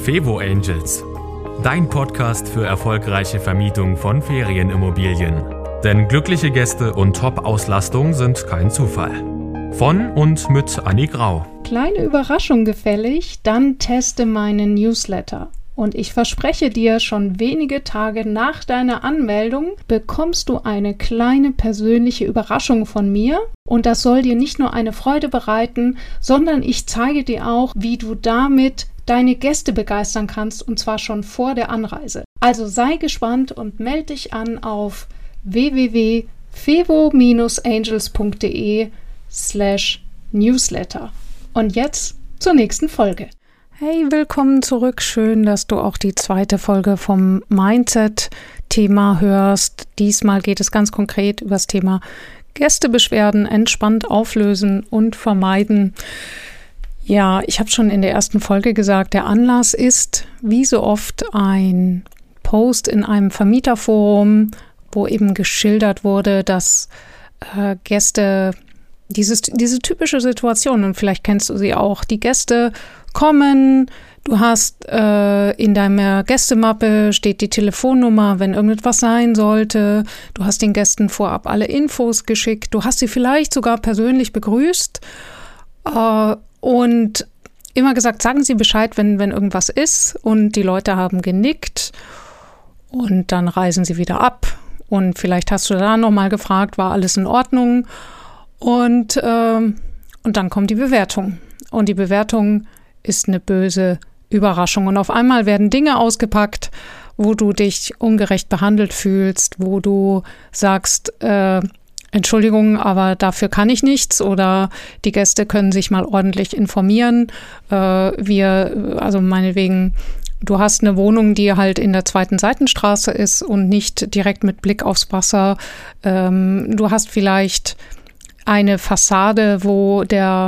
Fevo Angels, dein Podcast für erfolgreiche Vermietung von Ferienimmobilien. Denn glückliche Gäste und Top-Auslastung sind kein Zufall. Von und mit Anni Grau. Kleine Überraschung gefällig, dann teste meinen Newsletter. Und ich verspreche dir, schon wenige Tage nach deiner Anmeldung bekommst du eine kleine persönliche Überraschung von mir. Und das soll dir nicht nur eine Freude bereiten, sondern ich zeige dir auch, wie du damit deine Gäste begeistern kannst, und zwar schon vor der Anreise. Also sei gespannt und melde dich an auf www.fevo-angels.de/newsletter. Und jetzt zur nächsten Folge. Hey, willkommen zurück. Schön, dass du auch die zweite Folge vom Mindset-Thema hörst. Diesmal geht es ganz konkret über das Thema Gästebeschwerden entspannt auflösen und vermeiden. Ja, ich habe schon in der ersten Folge gesagt, der Anlass ist, wie so oft, ein Post in einem Vermieterforum, wo eben geschildert wurde, dass Gäste, diese typische Situation, und vielleicht kennst du sie auch, die Gäste kommen, du hast in deiner Gästemappe steht die Telefonnummer, wenn irgendetwas sein sollte, du hast den Gästen vorab alle Infos geschickt, du hast sie vielleicht sogar persönlich begrüßt und immer gesagt, sagen Sie Bescheid, wenn irgendwas ist, und die Leute haben genickt und dann reisen sie wieder ab und vielleicht hast du da nochmal gefragt, war alles in Ordnung, und dann kommt die Bewertung, und die Bewertung ist eine böse Überraschung. Und auf einmal werden Dinge ausgepackt, wo du dich ungerecht behandelt fühlst, wo du sagst, Entschuldigung, aber dafür kann ich nichts, oder die Gäste können sich mal ordentlich informieren. Also meinetwegen, du hast eine Wohnung, die halt in der 2. Seitenstraße ist und nicht direkt mit Blick aufs Wasser. Du hast vielleicht eine Fassade, wo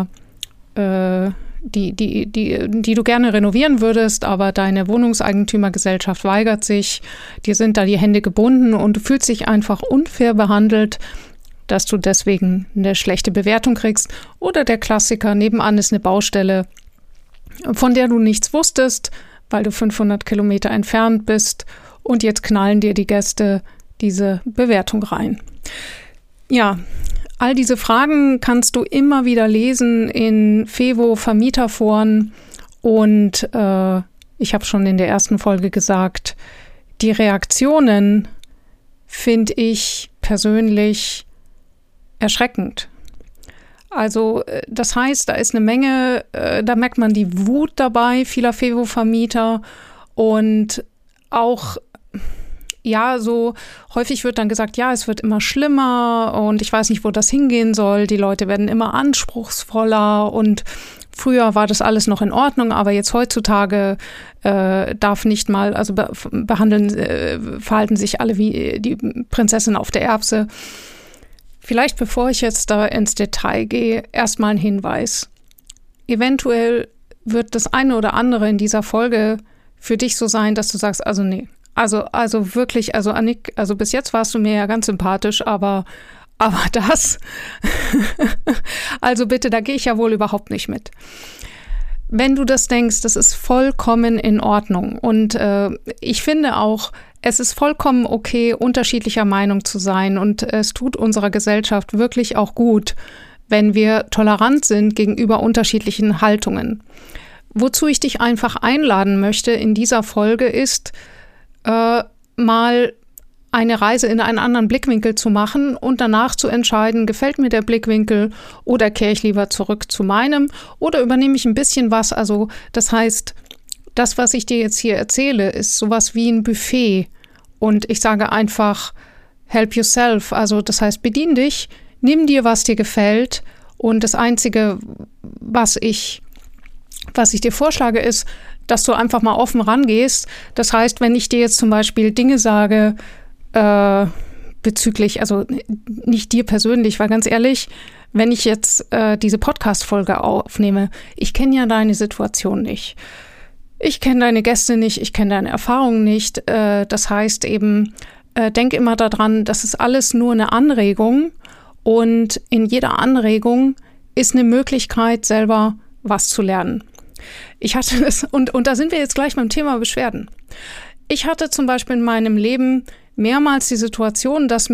die du gerne renovieren würdest, aber deine Wohnungseigentümergesellschaft weigert sich, dir sind da die Hände gebunden und du fühlst dich einfach unfair behandelt, dass du deswegen eine schlechte Bewertung kriegst. Oder der Klassiker, nebenan ist eine Baustelle, von der du nichts wusstest, weil du 500 Kilometer entfernt bist, und jetzt knallen dir die Gäste diese Bewertung rein. Ja, all diese Fragen kannst du immer wieder lesen in Fevo-Vermieterforen, und ich habe schon in der ersten Folge gesagt, die Reaktionen finde ich persönlich erschreckend. Also das heißt, da ist eine Menge, da merkt man die Wut dabei vieler Fevo-Vermieter, und auch ja, so häufig wird dann gesagt, ja, es wird immer schlimmer und ich weiß nicht, wo das hingehen soll. Die Leute werden immer anspruchsvoller, und früher war das alles noch in Ordnung, aber jetzt heutzutage darf nicht mal, also verhalten sich alle wie die Prinzessin auf der Erbse. Vielleicht, bevor ich jetzt da ins Detail gehe, erstmal ein Hinweis. Eventuell wird das eine oder andere in dieser Folge für dich so sein, dass du sagst, also nee. Also wirklich, also Annik, also bis jetzt warst du mir ja ganz sympathisch, aber das, also bitte, da gehe ich ja wohl überhaupt nicht mit. Wenn du das denkst, das ist vollkommen in Ordnung, und ich finde auch, es ist vollkommen okay, unterschiedlicher Meinung zu sein, und es tut unserer Gesellschaft wirklich auch gut, wenn wir tolerant sind gegenüber unterschiedlichen Haltungen. Wozu ich dich einfach einladen möchte in dieser Folge ist, mal eine Reise in einen anderen Blickwinkel zu machen und danach zu entscheiden, gefällt mir der Blickwinkel oder kehre ich lieber zurück zu meinem oder übernehme ich ein bisschen was. Also das heißt, das, was ich dir jetzt hier erzähle, ist sowas wie ein Buffet, und ich sage einfach, help yourself. Also das heißt, bedien dich, nimm dir, was dir gefällt, und das Einzige, was ich dir vorschlage, ist, dass du einfach mal offen rangehst. Das heißt, wenn ich dir jetzt zum Beispiel Dinge sage, bezüglich, also nicht dir persönlich, weil ganz ehrlich, wenn ich jetzt diese Podcast-Folge aufnehme, ich kenne ja deine Situation nicht. Ich kenne deine Gäste nicht, ich kenne deine Erfahrungen nicht. Das heißt eben, denk immer daran, das ist alles nur eine Anregung, und in jeder Anregung ist eine Möglichkeit, selber was zu lernen. Ich hatte das, und da sind wir jetzt gleich beim Thema Beschwerden. Ich hatte zum Beispiel in meinem Leben mehrmals die Situation, dass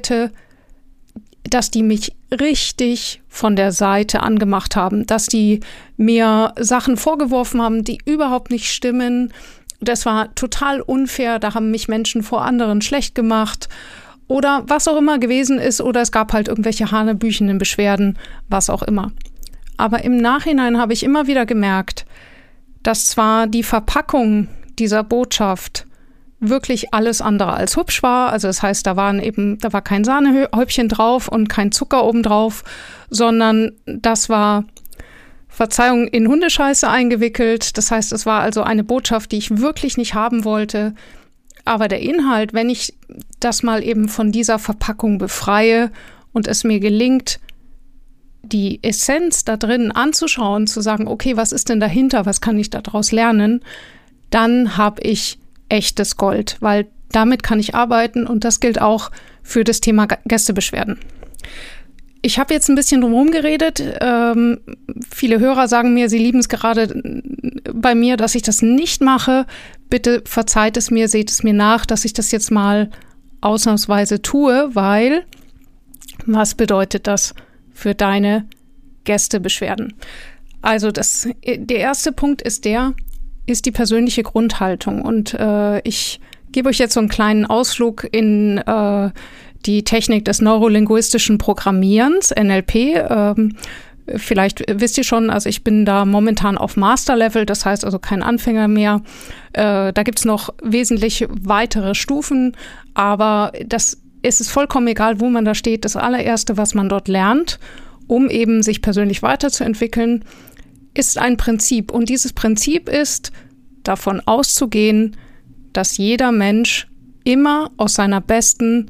die mich richtig von der Seite angemacht haben, dass die mir Sachen vorgeworfen haben, die überhaupt nicht stimmen. Das war total unfair, da haben mich Menschen vor anderen schlecht gemacht oder was auch immer gewesen ist, oder es gab halt irgendwelche hanebüchenden Beschwerden, was auch immer. Aber im Nachhinein habe ich immer wieder gemerkt, dass zwar die Verpackung dieser Botschaft wirklich alles andere als hübsch war. Also das heißt, da war kein Sahnehäubchen drauf und kein Zucker obendrauf, sondern das war, Verzeihung, in Hundescheiße eingewickelt. Das heißt, es war also eine Botschaft, die ich wirklich nicht haben wollte. Aber der Inhalt, wenn ich das mal eben von dieser Verpackung befreie und es mir gelingt, die Essenz da drin anzuschauen, zu sagen, okay, was ist denn dahinter, was kann ich daraus lernen, dann habe ich echtes Gold, weil damit kann ich arbeiten und das gilt auch für das Thema Gästebeschwerden. Ich habe jetzt ein bisschen drumherum geredet. Viele Hörer sagen mir, sie lieben es gerade bei mir, dass ich das nicht mache. Bitte verzeiht es mir, seht es mir nach, dass ich das jetzt mal ausnahmsweise tue, weil was bedeutet das für deine Gästebeschwerden? Also der erste Punkt ist die persönliche Grundhaltung. Und ich gebe euch jetzt so einen kleinen Ausflug in die Technik des neurolinguistischen Programmierens, NLP. Vielleicht wisst ihr schon, also ich bin da momentan auf Master-Level, das heißt also kein Anfänger mehr. Da gibt's noch wesentlich weitere Stufen, aber es ist vollkommen egal, wo man da steht. Das allererste, was man dort lernt, um eben sich persönlich weiterzuentwickeln, ist ein Prinzip. Und dieses Prinzip ist, davon auszugehen, dass jeder Mensch immer aus seiner besten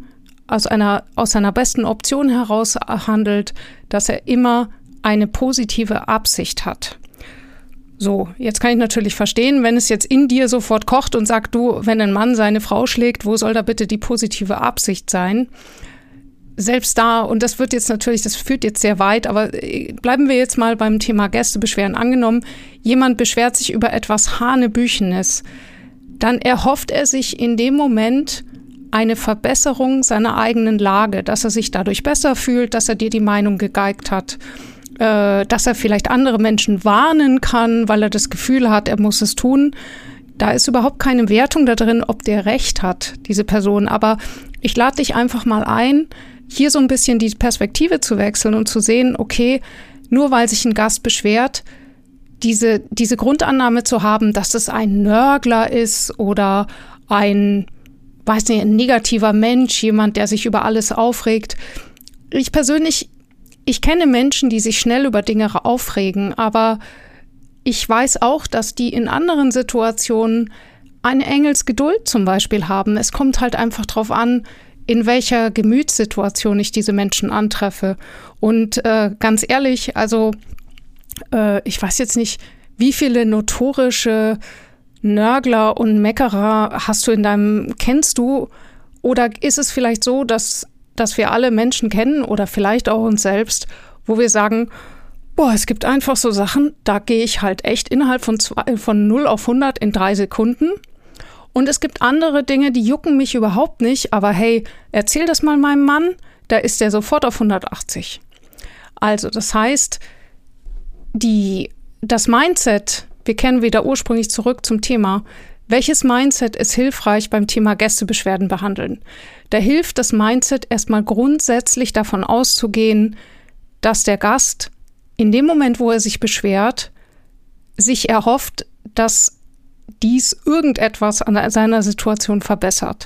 Option heraus handelt, dass er immer eine positive Absicht hat. So, jetzt kann ich natürlich verstehen, wenn es jetzt in dir sofort kocht und sagt, du, wenn ein Mann seine Frau schlägt, wo soll da bitte die positive Absicht sein? Selbst da, und das führt jetzt sehr weit, aber bleiben wir jetzt mal beim Thema Gästebeschwerden. Angenommen, jemand beschwert sich über etwas Hanebüchenes, dann erhofft er sich in dem Moment eine Verbesserung seiner eigenen Lage, dass er sich dadurch besser fühlt, dass er dir die Meinung gegeigt hat, dass er vielleicht andere Menschen warnen kann, weil er das Gefühl hat, er muss es tun. Da ist überhaupt keine Wertung da drin, ob der Recht hat, diese Person. Aber ich lade dich einfach mal ein, hier so ein bisschen die Perspektive zu wechseln und zu sehen, okay, nur weil sich ein Gast beschwert, diese Grundannahme zu haben, dass es ein Nörgler ist oder ein negativer Mensch, jemand, der sich über alles aufregt. Ich kenne Menschen, die sich schnell über Dinge aufregen, aber ich weiß auch, dass die in anderen Situationen eine Engelsgeduld zum Beispiel haben. Es kommt halt einfach drauf an, in welcher Gemütssituation ich diese Menschen antreffe. Und ganz ehrlich, also ich weiß jetzt nicht, wie viele notorische Nörgler und Meckerer kennst du? Oder ist es vielleicht so, dass wir alle Menschen kennen oder vielleicht auch uns selbst, wo wir sagen, es gibt einfach so Sachen, da gehe ich halt echt innerhalb von 0 auf 100 in 3 Sekunden. Und es gibt andere Dinge, die jucken mich überhaupt nicht, aber hey, erzähl das mal meinem Mann, da ist der sofort auf 180. Also das heißt, das Mindset, wir kehren wieder ursprünglich zurück zum Thema, welches Mindset ist hilfreich beim Thema Gästebeschwerden behandeln? Da hilft das Mindset erstmal grundsätzlich davon auszugehen, dass der Gast in dem Moment, wo er sich beschwert, sich erhofft, dass dies irgendetwas an seiner Situation verbessert.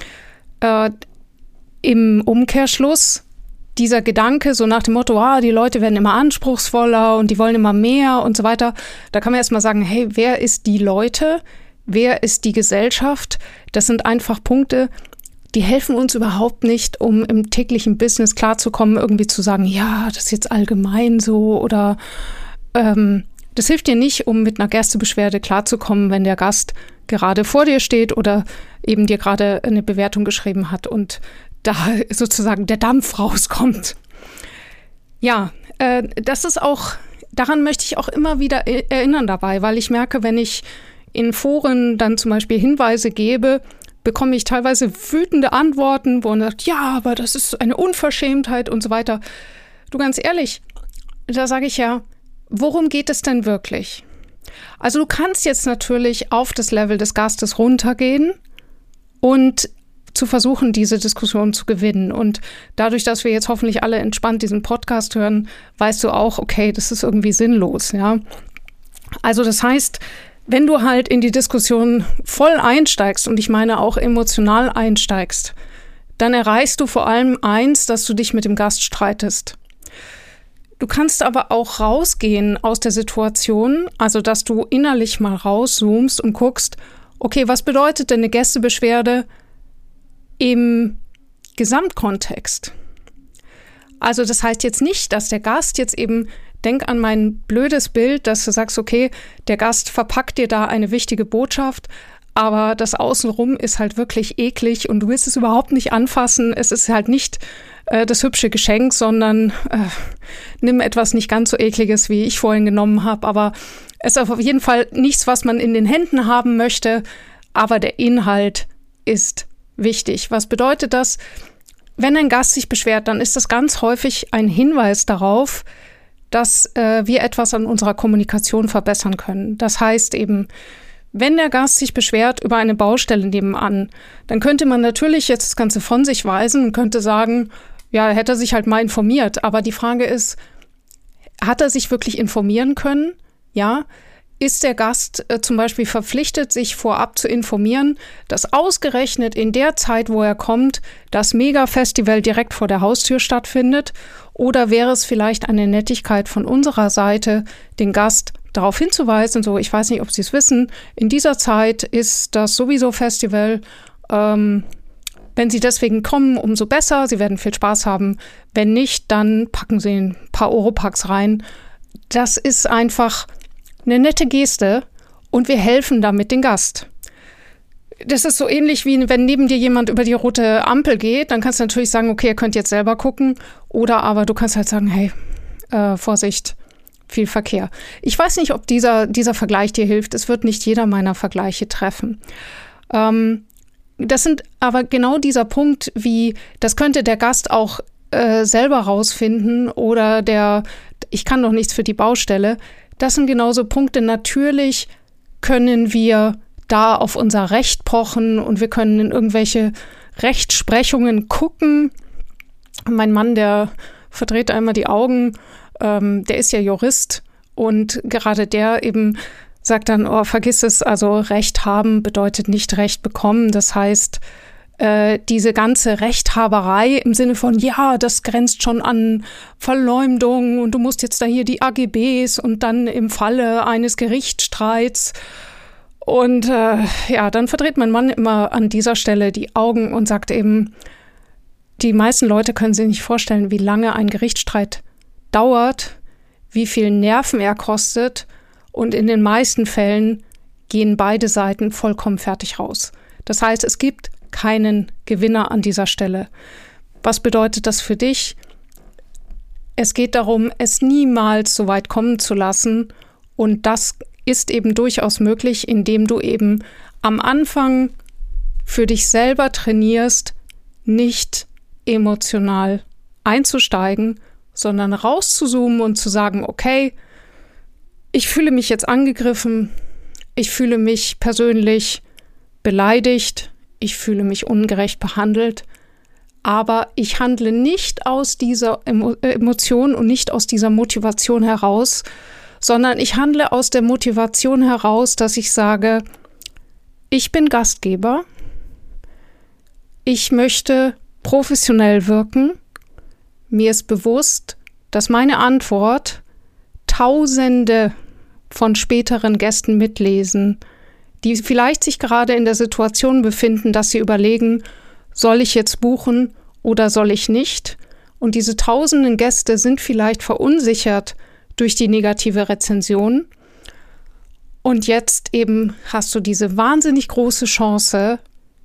Im Umkehrschluss dieser Gedanke so nach dem Motto, die Leute werden immer anspruchsvoller und die wollen immer mehr und so weiter, da kann man erstmal sagen, hey, wer ist die Leute? Wer ist die Gesellschaft? Das sind einfach Punkte, die helfen uns überhaupt nicht, um im täglichen Business klarzukommen, irgendwie zu sagen, ja, das ist jetzt allgemein so oder das hilft dir nicht, um mit einer Gästebeschwerde klarzukommen, wenn der Gast gerade vor dir steht oder eben dir gerade eine Bewertung geschrieben hat und da sozusagen der Dampf rauskommt. Ja, das ist auch daran möchte ich auch immer wieder erinnern dabei, weil ich merke, wenn ich in Foren dann zum Beispiel Hinweise gebe, bekomme ich teilweise wütende Antworten, wo man sagt, ja, aber das ist eine Unverschämtheit und so weiter. Du, ganz ehrlich, da sage ich ja, worum geht es denn wirklich? Also du kannst jetzt natürlich auf das Level des Gastes runtergehen und zu versuchen, diese Diskussion zu gewinnen. Und dadurch, dass wir jetzt hoffentlich alle entspannt diesen Podcast hören, weißt du auch, okay, das ist irgendwie sinnlos, ja. Also das heißt, wenn du halt in die Diskussion voll einsteigst, und ich meine auch emotional einsteigst, dann erreichst du vor allem eins, dass du dich mit dem Gast streitest. Du kannst aber auch rausgehen aus der Situation, also dass du innerlich mal rauszoomst und guckst, okay, was bedeutet denn eine Gästebeschwerde im Gesamtkontext? Also das heißt jetzt nicht, dass der Gast jetzt eben, denk an mein blödes Bild, dass du sagst, okay, der Gast verpackt dir da eine wichtige Botschaft, aber das Außenrum ist halt wirklich eklig und du willst es überhaupt nicht anfassen. Es ist halt nicht das hübsche Geschenk, sondern nimm etwas nicht ganz so Ekliges, wie ich vorhin genommen habe. Aber es ist auf jeden Fall nichts, was man in den Händen haben möchte, aber der Inhalt ist wichtig. Was bedeutet das? Wenn ein Gast sich beschwert, dann ist das ganz häufig ein Hinweis darauf, dass wir etwas an unserer Kommunikation verbessern können. Das heißt eben, wenn der Gast sich beschwert über eine Baustelle nebenan, dann könnte man natürlich jetzt das Ganze von sich weisen und könnte sagen, ja, hätte er sich halt mal informiert. Aber die Frage ist, hat er sich wirklich informieren können? Ja. Ist der Gast zum Beispiel verpflichtet, sich vorab zu informieren, dass ausgerechnet in der Zeit, wo er kommt, das Mega-Festival direkt vor der Haustür stattfindet? Oder wäre es vielleicht eine Nettigkeit von unserer Seite, den Gast darauf hinzuweisen, so, ich weiß nicht, ob Sie es wissen, in dieser Zeit ist das sowieso Festival. Wenn Sie deswegen kommen, umso besser, Sie werden viel Spaß haben. Wenn nicht, dann packen Sie ein paar Europacks rein. Das ist einfach eine nette Geste und wir helfen damit den Gast. Das ist so ähnlich wie, wenn neben dir jemand über die rote Ampel geht, dann kannst du natürlich sagen, okay, ihr könnt jetzt selber gucken. Oder aber du kannst halt sagen, hey, Vorsicht, viel Verkehr. Ich weiß nicht, ob dieser Vergleich dir hilft. Es wird nicht jeder meiner Vergleiche treffen. Das sind aber genau dieser Punkt, wie, das könnte der Gast auch selber rausfinden oder ich kann doch nichts für die Baustelle. Das sind genauso Punkte. Natürlich können wir da auf unser Recht pochen und wir können in irgendwelche Rechtsprechungen gucken. Mein Mann, der verdreht einmal die Augen, der ist ja Jurist und gerade der eben sagt dann, oh, vergiss es, also Recht haben bedeutet nicht Recht bekommen. Das heißt, diese ganze Rechthaberei im Sinne von, ja, das grenzt schon an Verleumdung und du musst jetzt da hier die AGBs und dann im Falle eines Gerichtsstreits. Und dann verdreht mein Mann immer an dieser Stelle die Augen und sagt eben, die meisten Leute können sich nicht vorstellen, wie lange ein Gerichtsstreit dauert, wie viel Nerven er kostet und in den meisten Fällen gehen beide Seiten vollkommen fertig raus. Das heißt, es gibt keinen Gewinner an dieser Stelle. Was bedeutet das für dich? Es geht darum, es niemals so weit kommen zu lassen und das ist eben durchaus möglich, indem du eben am Anfang für dich selber trainierst, nicht emotional einzusteigen, sondern rauszuzoomen und zu sagen, okay, ich fühle mich jetzt angegriffen, ich fühle mich persönlich beleidigt, ich fühle mich ungerecht behandelt, aber ich handle nicht aus dieser Emotion und nicht aus dieser Motivation heraus, sondern ich handle aus der Motivation heraus, dass ich sage, ich bin Gastgeber, ich möchte professionell wirken, mir ist bewusst, dass meine Antwort Tausende von späteren Gästen mitlesen, die vielleicht sich gerade in der Situation befinden, dass sie überlegen, soll ich jetzt buchen oder soll ich nicht? Und diese tausenden Gäste sind vielleicht verunsichert durch die negative Rezension. Und jetzt eben hast du diese wahnsinnig große Chance,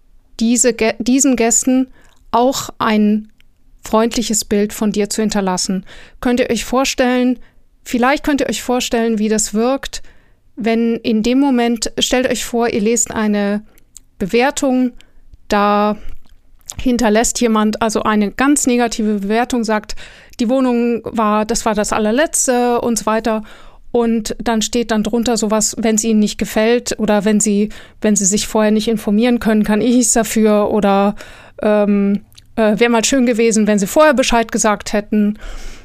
diesen Gästen auch ein freundliches Bild von dir zu hinterlassen. Könnt ihr euch vorstellen, vielleicht könnt ihr euch vorstellen, wie das wirkt, wenn in dem Moment, stellt euch vor, ihr lest eine Bewertung, da hinterlässt jemand also eine ganz negative Bewertung, sagt, die Wohnung war das allerletzte und so weiter. Und dann steht dann drunter sowas, wenn es ihnen nicht gefällt oder wenn sie sich vorher nicht informieren können, kann ich es dafür oder wäre mal schön gewesen, wenn sie vorher Bescheid gesagt hätten.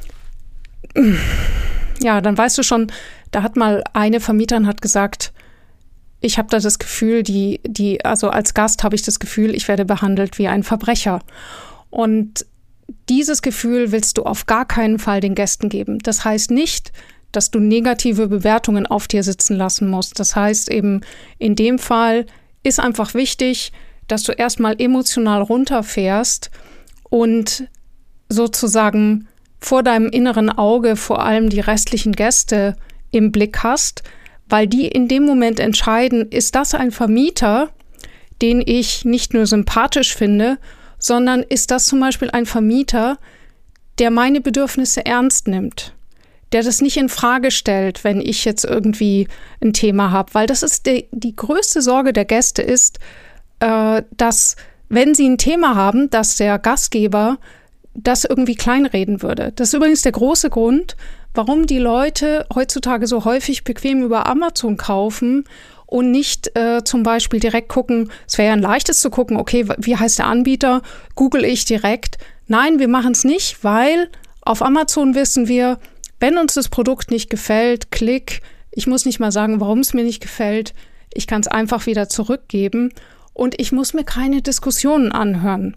Ja, dann weißt du schon, da hat mal eine Vermieterin hat gesagt, ich habe da das Gefühl, also als Gast habe ich das Gefühl, ich werde behandelt wie ein Verbrecher. Und dieses Gefühl willst du auf gar keinen Fall den Gästen geben. Das heißt nicht, dass du negative Bewertungen auf dir sitzen lassen musst. Das heißt eben, in dem Fall ist einfach wichtig, dass du erstmal emotional runterfährst und sozusagen vor deinem inneren Auge vor allem die restlichen Gäste im Blick hast, weil die in dem Moment entscheiden, ist das ein Vermieter, den ich nicht nur sympathisch finde, sondern ist das zum Beispiel ein Vermieter, der meine Bedürfnisse ernst nimmt, der das nicht in Frage stellt, wenn ich jetzt irgendwie ein Thema habe. Weil das ist die größte Sorge der Gäste ist, dass, wenn sie ein Thema haben, dass der Gastgeber das irgendwie kleinreden würde. Das ist übrigens der große Grund, warum die Leute heutzutage so häufig bequem über Amazon kaufen und nicht zum Beispiel direkt gucken, es wäre ja ein leichtes zu gucken, okay, wie heißt der Anbieter, google ich direkt. Nein, wir machen es nicht, weil auf Amazon wissen wir, wenn uns das Produkt nicht gefällt, klick, ich muss nicht mal sagen, warum es mir nicht gefällt, ich kann es einfach wieder zurückgeben und ich muss mir keine Diskussionen anhören.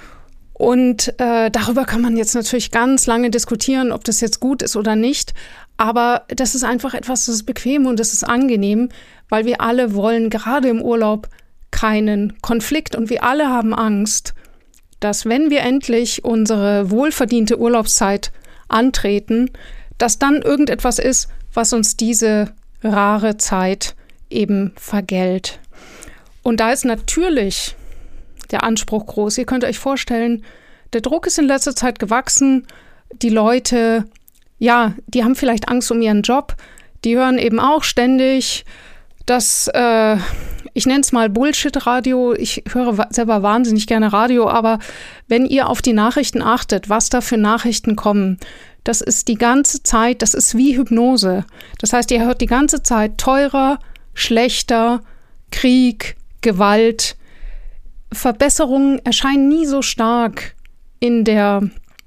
Und darüber kann man jetzt natürlich ganz lange diskutieren, ob das jetzt gut ist oder nicht. Aber das ist einfach etwas, das ist bequem und das ist angenehm, weil wir alle wollen gerade im Urlaub keinen Konflikt. Und wir alle haben Angst, dass wenn wir endlich unsere wohlverdiente Urlaubszeit antreten, dass dann irgendetwas ist, was uns diese rare Zeit eben vergällt. Und da ist natürlich der Anspruch groß. Ihr könnt euch vorstellen, der Druck ist in letzter Zeit gewachsen. Die Leute, ja, die haben vielleicht Angst um ihren Job. Die hören eben auch ständig das, ich nenne es mal Bullshit-Radio. Ich höre selber wahnsinnig gerne Radio, aber wenn ihr auf die Nachrichten achtet, was da für Nachrichten kommen, das ist die ganze Zeit, das ist wie Hypnose. Das heißt, ihr hört die ganze Zeit teurer, schlechter, Krieg, Gewalt. Verbesserungen erscheinen nie so stark in der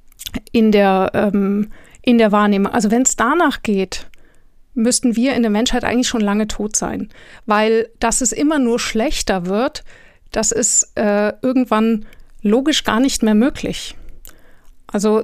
Wahrnehmung. Also wenn es danach geht, müssten wir in der Menschheit eigentlich schon lange tot sein. Weil, dass es immer nur schlechter wird, das ist irgendwann logisch gar nicht mehr möglich. Also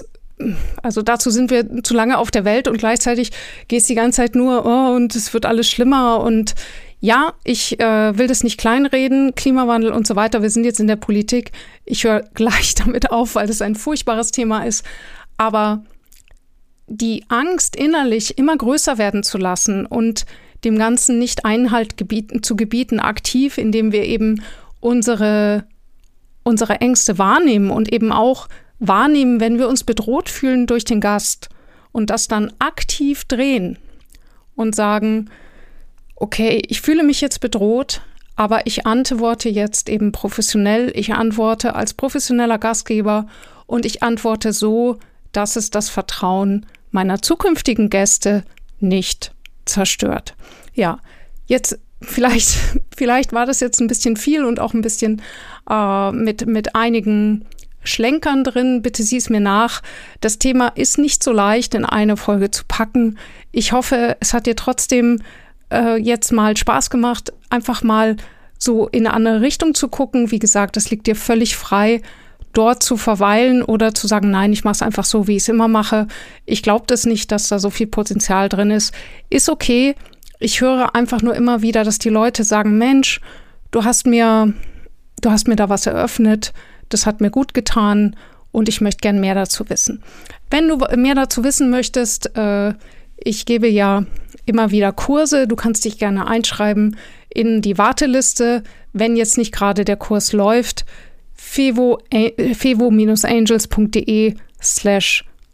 dazu sind wir zu lange auf der Welt und gleichzeitig geht es die ganze Zeit nur, und es wird alles schlimmer und ja, ich will das nicht kleinreden, Klimawandel und so weiter. Wir sind jetzt in der Politik. Ich höre gleich damit auf, weil das ein furchtbares Thema ist. Aber die Angst innerlich immer größer werden zu lassen und dem Ganzen nicht Einhalt zu gebieten, aktiv, indem wir eben unsere Ängste wahrnehmen und eben auch wahrnehmen, wenn wir uns bedroht fühlen durch den Gast und das dann aktiv drehen und sagen, okay, ich fühle mich jetzt bedroht, aber ich antworte jetzt eben professionell. Ich antworte als professioneller Gastgeber und ich antworte so, dass es das Vertrauen meiner zukünftigen Gäste nicht zerstört. Ja, jetzt vielleicht war das jetzt ein bisschen viel und auch ein bisschen mit einigen Schlenkern drin. Bitte sieh es mir nach. Das Thema ist nicht so leicht in eine Folge zu packen. Ich hoffe, es hat dir trotzdem jetzt mal Spaß gemacht, einfach mal so in eine andere Richtung zu gucken. Wie gesagt, das liegt dir völlig frei, dort zu verweilen oder zu sagen, nein, ich mache es einfach so, wie ich es immer mache. Ich glaube das nicht, dass da so viel Potenzial drin ist. Ist okay. Ich höre einfach nur immer wieder, dass die Leute sagen, Mensch, du hast mir da was eröffnet, das hat mir gut getan und ich möchte gern mehr dazu wissen. Wenn du mehr dazu wissen möchtest, ich gebe ja immer wieder Kurse, du kannst dich gerne einschreiben in die Warteliste, wenn jetzt nicht gerade der Kurs läuft, fevo-angels.de/Kurs.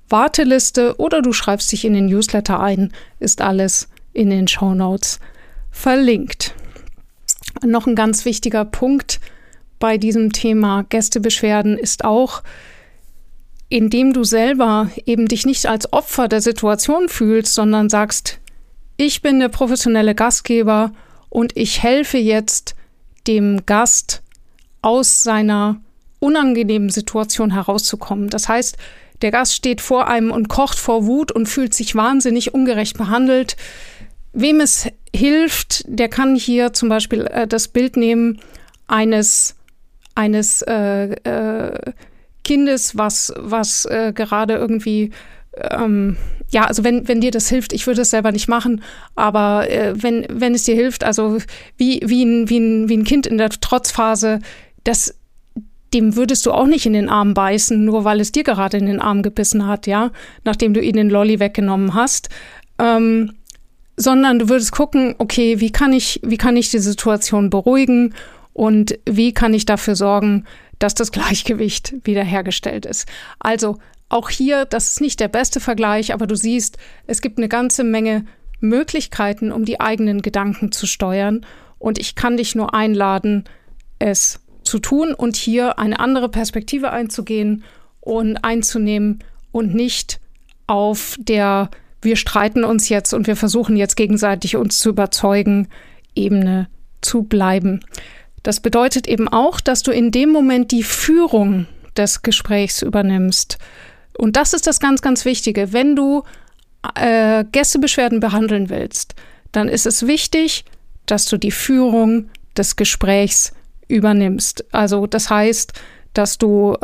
Warteliste oder du schreibst dich in den Newsletter ein, ist alles in den Shownotes verlinkt. Noch ein ganz wichtiger Punkt bei diesem Thema Gästebeschwerden ist auch, indem du selber eben dich nicht als Opfer der Situation fühlst, sondern sagst, ich bin der professionelle Gastgeber und ich helfe jetzt dem Gast aus seiner unangenehmen Situation herauszukommen. Das heißt, der Gast steht vor einem und kocht vor Wut und fühlt sich wahnsinnig ungerecht behandelt. Wem es hilft, der kann hier zum Beispiel das Bild nehmen eines Kindes, was gerade irgendwie, also wenn dir das hilft, ich würde es selber nicht machen, aber wenn es dir hilft, also wie ein Kind in der Trotzphase, dem würdest du auch nicht in den Arm beißen, nur weil es dir gerade in den Arm gebissen hat, ja, nachdem du ihnen den Lolli weggenommen hast, sondern du würdest gucken, okay, wie kann ich die Situation beruhigen und wie kann ich dafür sorgen, dass das Gleichgewicht wiederhergestellt ist. Also auch hier, das ist nicht der beste Vergleich, aber du siehst, es gibt eine ganze Menge Möglichkeiten, um die eigenen Gedanken zu steuern und ich kann dich nur einladen, es zu tun und hier eine andere Perspektive einzugehen und einzunehmen und nicht auf der wir streiten uns jetzt und wir versuchen jetzt gegenseitig uns zu überzeugen, Ebene zu bleiben. Das bedeutet eben auch, dass du in dem Moment die Führung des Gesprächs übernimmst. Und das ist das ganz, ganz Wichtige. Wenn du Gästebeschwerden behandeln willst, dann ist es wichtig, dass du die Führung des Gesprächs übernimmst. Also das heißt, dass du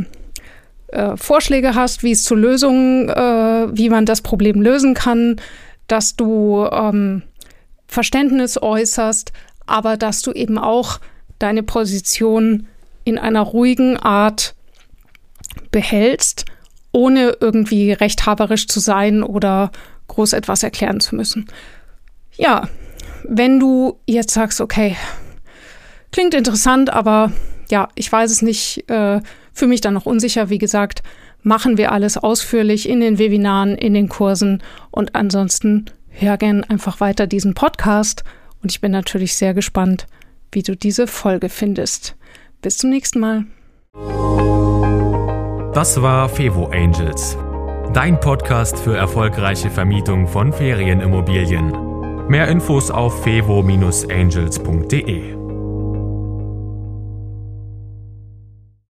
Vorschläge hast, wie es zu Lösungen, wie man das Problem lösen kann, dass du Verständnis äußerst, aber dass du eben auch deine Position in einer ruhigen Art behältst, ohne irgendwie rechthaberisch zu sein oder groß etwas erklären zu müssen. Ja, wenn du jetzt sagst, okay, klingt interessant, aber ja, ich weiß es nicht, fühle mich dann noch unsicher. Wie gesagt, machen wir alles ausführlich in den Webinaren, in den Kursen und ansonsten hör gern einfach weiter diesen Podcast und ich bin natürlich sehr gespannt, wie du diese Folge findest. Bis zum nächsten Mal. Das war Fevo Angels, dein Podcast für erfolgreiche Vermietung von Ferienimmobilien. Mehr Infos auf fevo-angels.de.